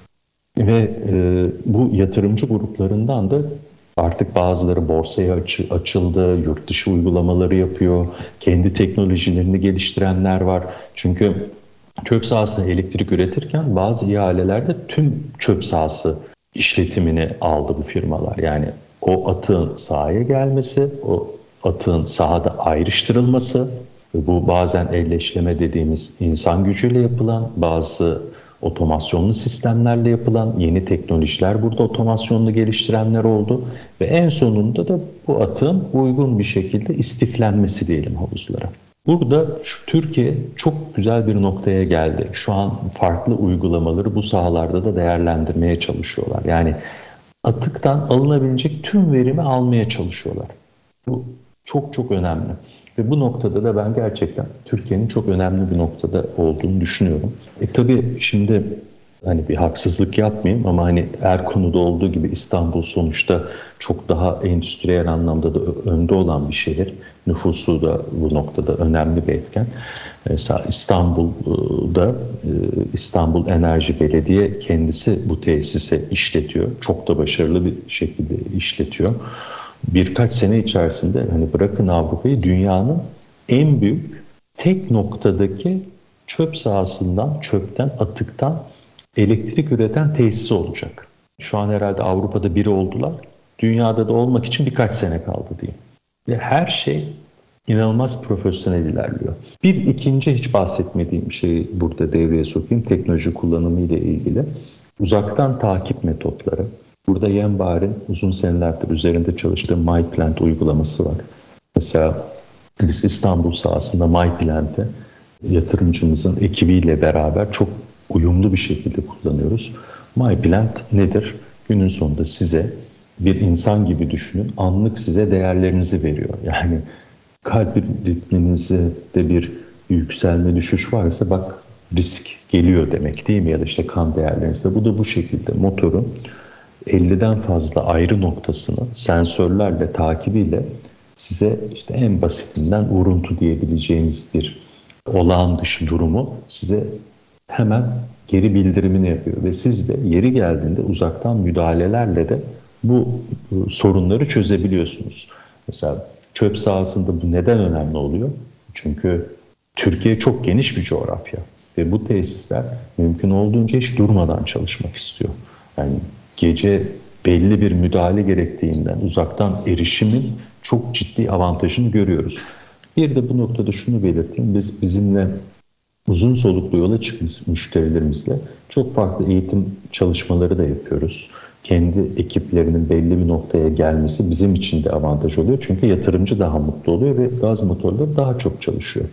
[SPEAKER 4] Ve e, bu yatırımcı gruplarından da artık bazıları borsaya açı, açıldı, yurt dışı uygulamaları yapıyor, kendi teknolojilerini geliştirenler var. Çünkü çöp sahasında elektrik üretirken bazı ihalelerde tüm çöp sahası işletimini aldı bu firmalar. Yani o atığın sahaya gelmesi, o atığın sahada ayrıştırılması, bu bazen elleşleme dediğimiz insan gücüyle yapılan, bazı otomasyonlu sistemlerle yapılan yeni teknolojiler burada otomasyonlu geliştirenler oldu. Ve en sonunda da bu atığın uygun bir şekilde istiflenmesi diyelim havuzlara. Burada şu Türkiye çok güzel bir noktaya geldi. Şu an farklı uygulamaları bu sahalarda da değerlendirmeye çalışıyorlar. Yani atıktan alınabilecek tüm verimi almaya çalışıyorlar. Bu çok çok önemli. Ve bu noktada da ben gerçekten Türkiye'nin çok önemli bir noktada olduğunu düşünüyorum. E tabii şimdi hani bir haksızlık yapmayayım ama hani her konuda olduğu gibi İstanbul sonuçta çok daha endüstriyel anlamda da önde olan bir şehir. Nüfusu da bu noktada önemli bir etken. Mesela İstanbul'da İstanbul Enerji Belediye kendisi bu tesisi işletiyor. Çok da başarılı bir şekilde işletiyor. Birkaç sene içerisinde hani bırakın Avrupa'yı, dünyanın en büyük tek noktadaki çöp sahasından, çöpten, atıktan elektrik üreten tesisi olacak. Şu an herhalde Avrupa'da biri oldular. Dünyada da olmak için birkaç sene kaldı diyeyim. Ve her şey inanılmaz profesyonel ilerliyor. Bir ikinci hiç bahsetmediğim şeyi burada devreye sokayım. Teknoloji kullanımı ile ilgili. Uzaktan takip metotları. Burada Yanbar'ın uzun senelerdir üzerinde çalıştığı MyPlant uygulaması var. Mesela biz İstanbul sahasında MyPlant'i yatırımcımızın ekibiyle beraber çok uyumlu bir şekilde kullanıyoruz. MyPlant nedir? Günün sonunda size bir insan gibi düşünün, anlık size değerlerinizi veriyor. Yani kalp ritminizde bir yükselme düşüş varsa bak risk geliyor demek değil mi? Ya da işte kan değerlerinizde. Bu da bu şekilde motorun elliden fazla ayrı noktasını sensörlerle takibiyle size işte en basitinden vuruntu diyebileceğimiz bir olağan dışı durumu size hemen geri bildirimini yapıyor. Ve siz de yeri geldiğinde uzaktan müdahalelerle de bu sorunları çözebiliyorsunuz. Mesela çöp sahasında bu neden önemli oluyor? Çünkü Türkiye çok geniş bir coğrafya ve bu tesisler mümkün olduğunca hiç durmadan çalışmak istiyor. Yani gece belli bir müdahale gerektiğinden uzaktan erişimin çok ciddi avantajını görüyoruz. Bir de bu noktada şunu belirteyim. Biz bizimle uzun soluklu yola çıkmış müşterilerimizle çok farklı eğitim çalışmaları da yapıyoruz. Kendi ekiplerinin belli bir noktaya gelmesi bizim için de avantaj oluyor. Çünkü yatırımcı daha mutlu oluyor ve gaz motorları daha çok çalışıyor.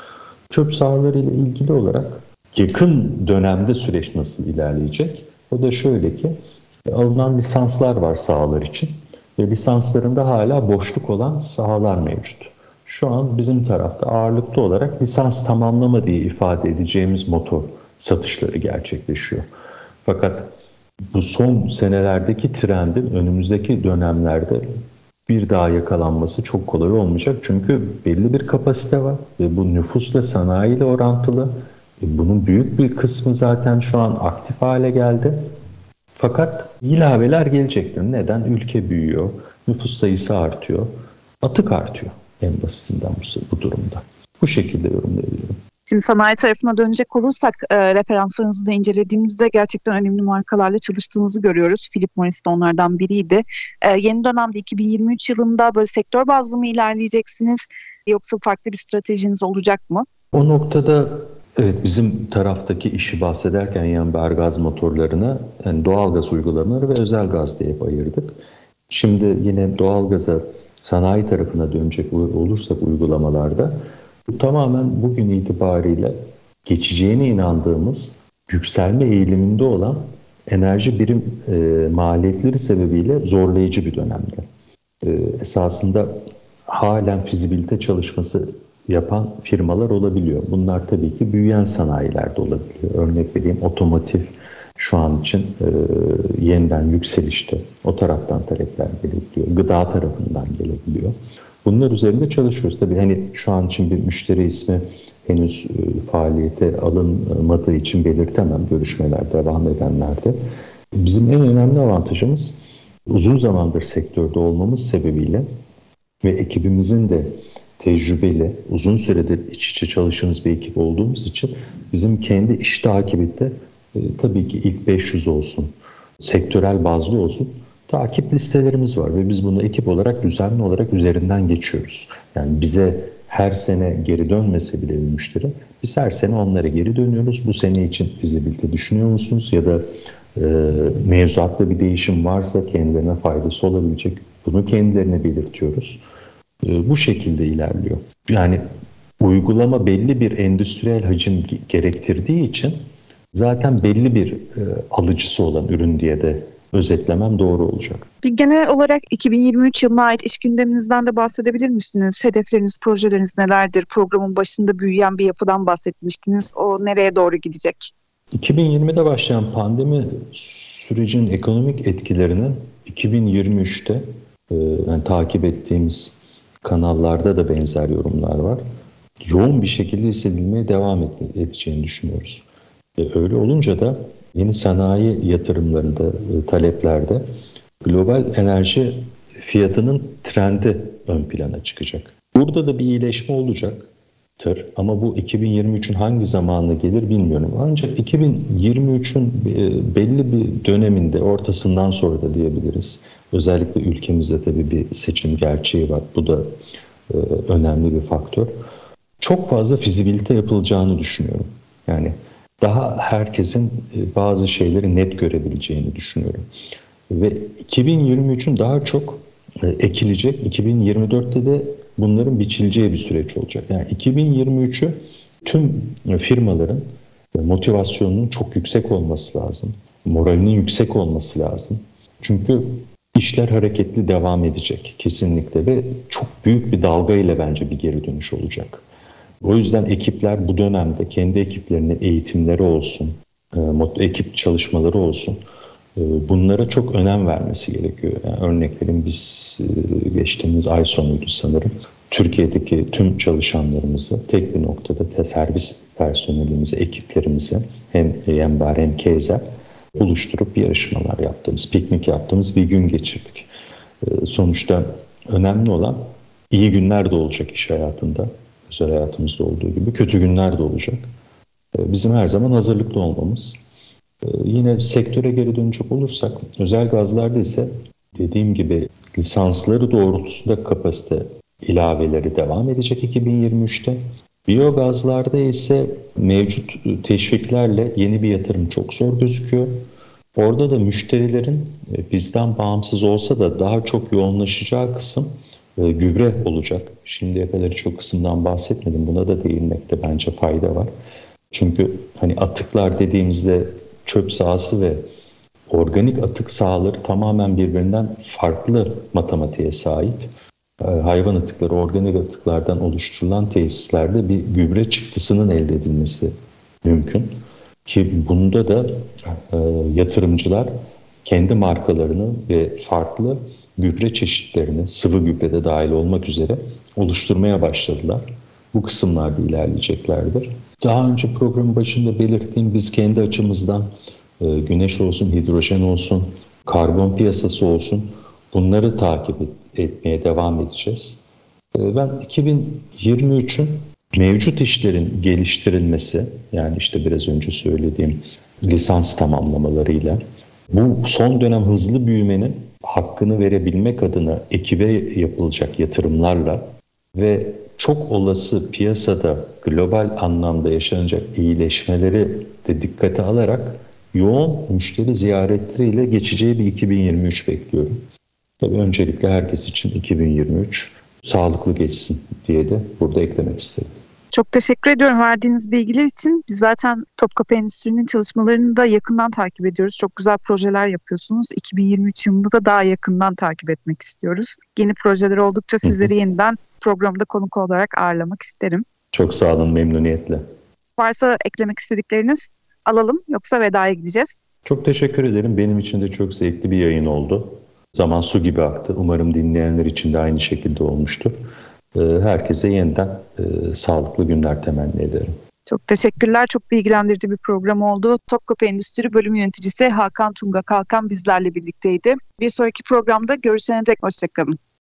[SPEAKER 4] Çöp sahaları ile ilgili olarak yakın dönemde süreç nasıl ilerleyecek? O da şöyle ki alınan lisanslar var sahalar için ve lisanslarında hala boşluk olan sahalar mevcut. Şu an bizim tarafta ağırlıklı olarak lisans tamamlama diye ifade edeceğimiz motor satışları gerçekleşiyor. Fakat bu son senelerdeki trendin önümüzdeki dönemlerde bir daha yakalanması çok kolay olmayacak. Çünkü belli bir kapasite var ve bu nüfusla sanayiyle orantılı. Bunun büyük bir kısmı zaten şu an aktif hale geldi. Fakat ilaveler gelecektir. Neden? Ülke büyüyor, nüfus sayısı artıyor, atık artıyor en basitinden bu, bu durumda. Bu şekilde yorumlayabilirim.
[SPEAKER 3] Şimdi sanayi tarafına dönecek olursak e, referanslarınızı da incelediğimizde gerçekten önemli markalarla çalıştığınızı görüyoruz. Philip Morris de onlardan biriydi. E, yeni dönemde iki bin yirmi üç yılında böyle sektör bazlı mı ilerleyeceksiniz yoksa farklı bir stratejiniz olacak mı?
[SPEAKER 4] O noktada evet, bizim taraftaki işi bahsederken Yanbar gaz motorlarına yani doğal gaz uygulamaları ve özel gaz diye hep ayırdık. Şimdi yine doğal gaza sanayi tarafına dönecek olursak uygulamalarda bu tamamen bugün itibariyle geçeceğine inandığımız yükselme eğiliminde olan enerji birim e, maliyetleri sebebiyle zorlayıcı bir dönemde. E, esasında halen fizibilite çalışması yapan firmalar olabiliyor. Bunlar tabii ki büyüyen sanayilerde olabiliyor. Örnek vereyim, otomotiv şu an için e, yeniden yükselişte. O taraftan talepler gelebiliyor. Gıda tarafından gelebiliyor. Bunlar üzerinde çalışıyoruz. Tabii hani şu an için bir müşteri ismi henüz e, faaliyete alınmadığı için belirtemem, görüşmeler devam edenlerde. Bizim en önemli avantajımız uzun zamandır sektörde olmamız sebebiyle ve ekibimizin de tecrübeli, uzun süredir iç içe çalıştığımız bir ekip olduğumuz için bizim kendi iş takibinde e, tabii ki ilk beş yüz olsun, sektörel bazlı olsun takip listelerimiz var ve biz bunu ekip olarak düzenli olarak üzerinden geçiyoruz. Yani bize her sene geri dönmese bile bir müşteri, biz her sene onlara geri dönüyoruz. Bu sene için fizibilite düşünüyor musunuz? Ya da e, mevzuatta bir değişim varsa kendilerine faydası olabilecek, bunu kendilerine belirtiyoruz. E, bu şekilde ilerliyor. Yani uygulama belli bir endüstriyel hacim gerektirdiği için zaten belli bir e, alıcısı olan ürün diye de özetlemem doğru olacak.
[SPEAKER 3] Bir genel olarak iki bin yirmi üç yılına ait iş gündeminizden de bahsedebilir misiniz? Hedefleriniz, projeleriniz nelerdir? Programın başında büyüyen bir yapıdan bahsetmiştiniz. O nereye doğru gidecek?
[SPEAKER 4] iki bin yirmide başlayan pandemi sürecinin ekonomik etkilerinin iki bin yirmi üçte e, yani takip ettiğimiz kanallarda da benzer yorumlar var. Yoğun bir şekilde hissedilmeye devam edeceğini düşünüyoruz. E, öyle olunca da yeni sanayi yatırımlarında, e, taleplerde global enerji fiyatının trendi ön plana çıkacak. Burada da bir iyileşme olacaktır ama bu iki bin yirmi üçün hangi zamanla gelir bilmiyorum. Ancak iki bin yirmi üçün e, belli bir döneminde, ortasından sonra da diyebiliriz. Özellikle ülkemizde tabii bir seçim gerçeği var. Bu da e, önemli bir faktör. Çok fazla fizibilite yapılacağını düşünüyorum. Yani daha herkesin bazı şeyleri net görebileceğini düşünüyorum. Ve iki bin yirmi üçün daha çok ekilecek, iki bin yirmi dörtte de bunların biçileceği bir süreç olacak. Yani iki bin yirmi üçü tüm firmaların motivasyonunun çok yüksek olması lazım. Moralinin yüksek olması lazım. Çünkü işler hareketli devam edecek kesinlikle ve çok büyük bir dalga ile bence bir geri dönüş olacak. O yüzden ekipler bu dönemde kendi ekiplerinin eğitimleri olsun, ekip çalışmaları olsun, bunlara çok önem vermesi gerekiyor. Yani örnek vereyim, biz geçtiğimiz ay sonuydu sanırım. Türkiye'deki tüm çalışanlarımızı tek bir noktada servis personelimizi, ekiplerimizi hem Yanbar hem Keyzer buluşturup yarışmalar yaptığımız, piknik yaptığımız bir gün geçirdik. Sonuçta önemli olan iyi günler de olacak iş hayatında. Özel hayatımızda olduğu gibi kötü günler de olacak. Bizim her zaman hazırlıklı olmamız. Yine sektöre geri dönecek olursak, özel gazlarda ise dediğim gibi lisansları doğrultusunda kapasite ilaveleri devam edecek iki bin yirmi üçte. Biyogazlarda ise mevcut teşviklerle yeni bir yatırım çok zor gözüküyor. Orada da müşterilerin bizden bağımsız olsa da daha çok yoğunlaşacağı kısım e, gübre olacak. Şimdiye kadar hiç o kısımdan bahsetmedim. Buna da değinmekte bence fayda var. Çünkü hani atıklar dediğimizde çöp sahası ve organik atık sahaları tamamen birbirinden farklı matematiğe sahip. E, hayvan atıkları organik atıklardan oluşturulan tesislerde bir gübre çıktısının elde edilmesi mümkün. Ki bunda da e, yatırımcılar kendi markalarını ve farklı gübre çeşitlerini, sıvı gübre de dahil olmak üzere oluşturmaya başladılar. Bu kısımlarda ilerleyeceklerdir. Daha önce programın başında belirttiğim biz kendi açımızdan e, güneş olsun, hidrojen olsun, karbon piyasası olsun bunları takip et, etmeye devam edeceğiz. E, ben iki bin yirmi üçün Mevcut işlerin geliştirilmesi, yani işte biraz önce söylediğim lisans tamamlamalarıyla bu son dönem hızlı büyümenin hakkını verebilmek adına ekibe yapılacak yatırımlarla ve çok olası piyasada global anlamda yaşanacak iyileşmeleri de dikkate alarak yoğun müşteri ziyaretleriyle geçeceği bir iki bin yirmi üç bekliyorum. Tabii öncelikle herkes için iki bin yirmi üç sağlıklı geçsin diye de burada eklemek istedim.
[SPEAKER 3] Çok teşekkür ediyorum verdiğiniz bilgiler için. Biz zaten Topkapı Endüstri'nin çalışmalarını da yakından takip ediyoruz. Çok güzel projeler yapıyorsunuz. iki bin yirmi üç yılında da daha yakından takip etmek istiyoruz. Yeni projeler oldukça sizleri yeniden programda konuk olarak ağırlamak isterim.
[SPEAKER 4] Çok sağ olun, memnuniyetle.
[SPEAKER 3] Varsa eklemek istedikleriniz alalım, yoksa vedaya gideceğiz.
[SPEAKER 4] Çok teşekkür ederim. Benim için de çok zevkli bir yayın oldu. Zaman su gibi aktı. Umarım dinleyenler için de aynı şekilde olmuştur. Herkese yeniden e, sağlıklı günler temenni ederim.
[SPEAKER 3] Çok teşekkürler. Çok bilgilendirici bir program oldu. Topkapı Endüstri Bölüm Yöneticisi Hakan Tunga Kalkan bizlerle birlikteydi. Bir sonraki programda görüşene dek hoşçakalın.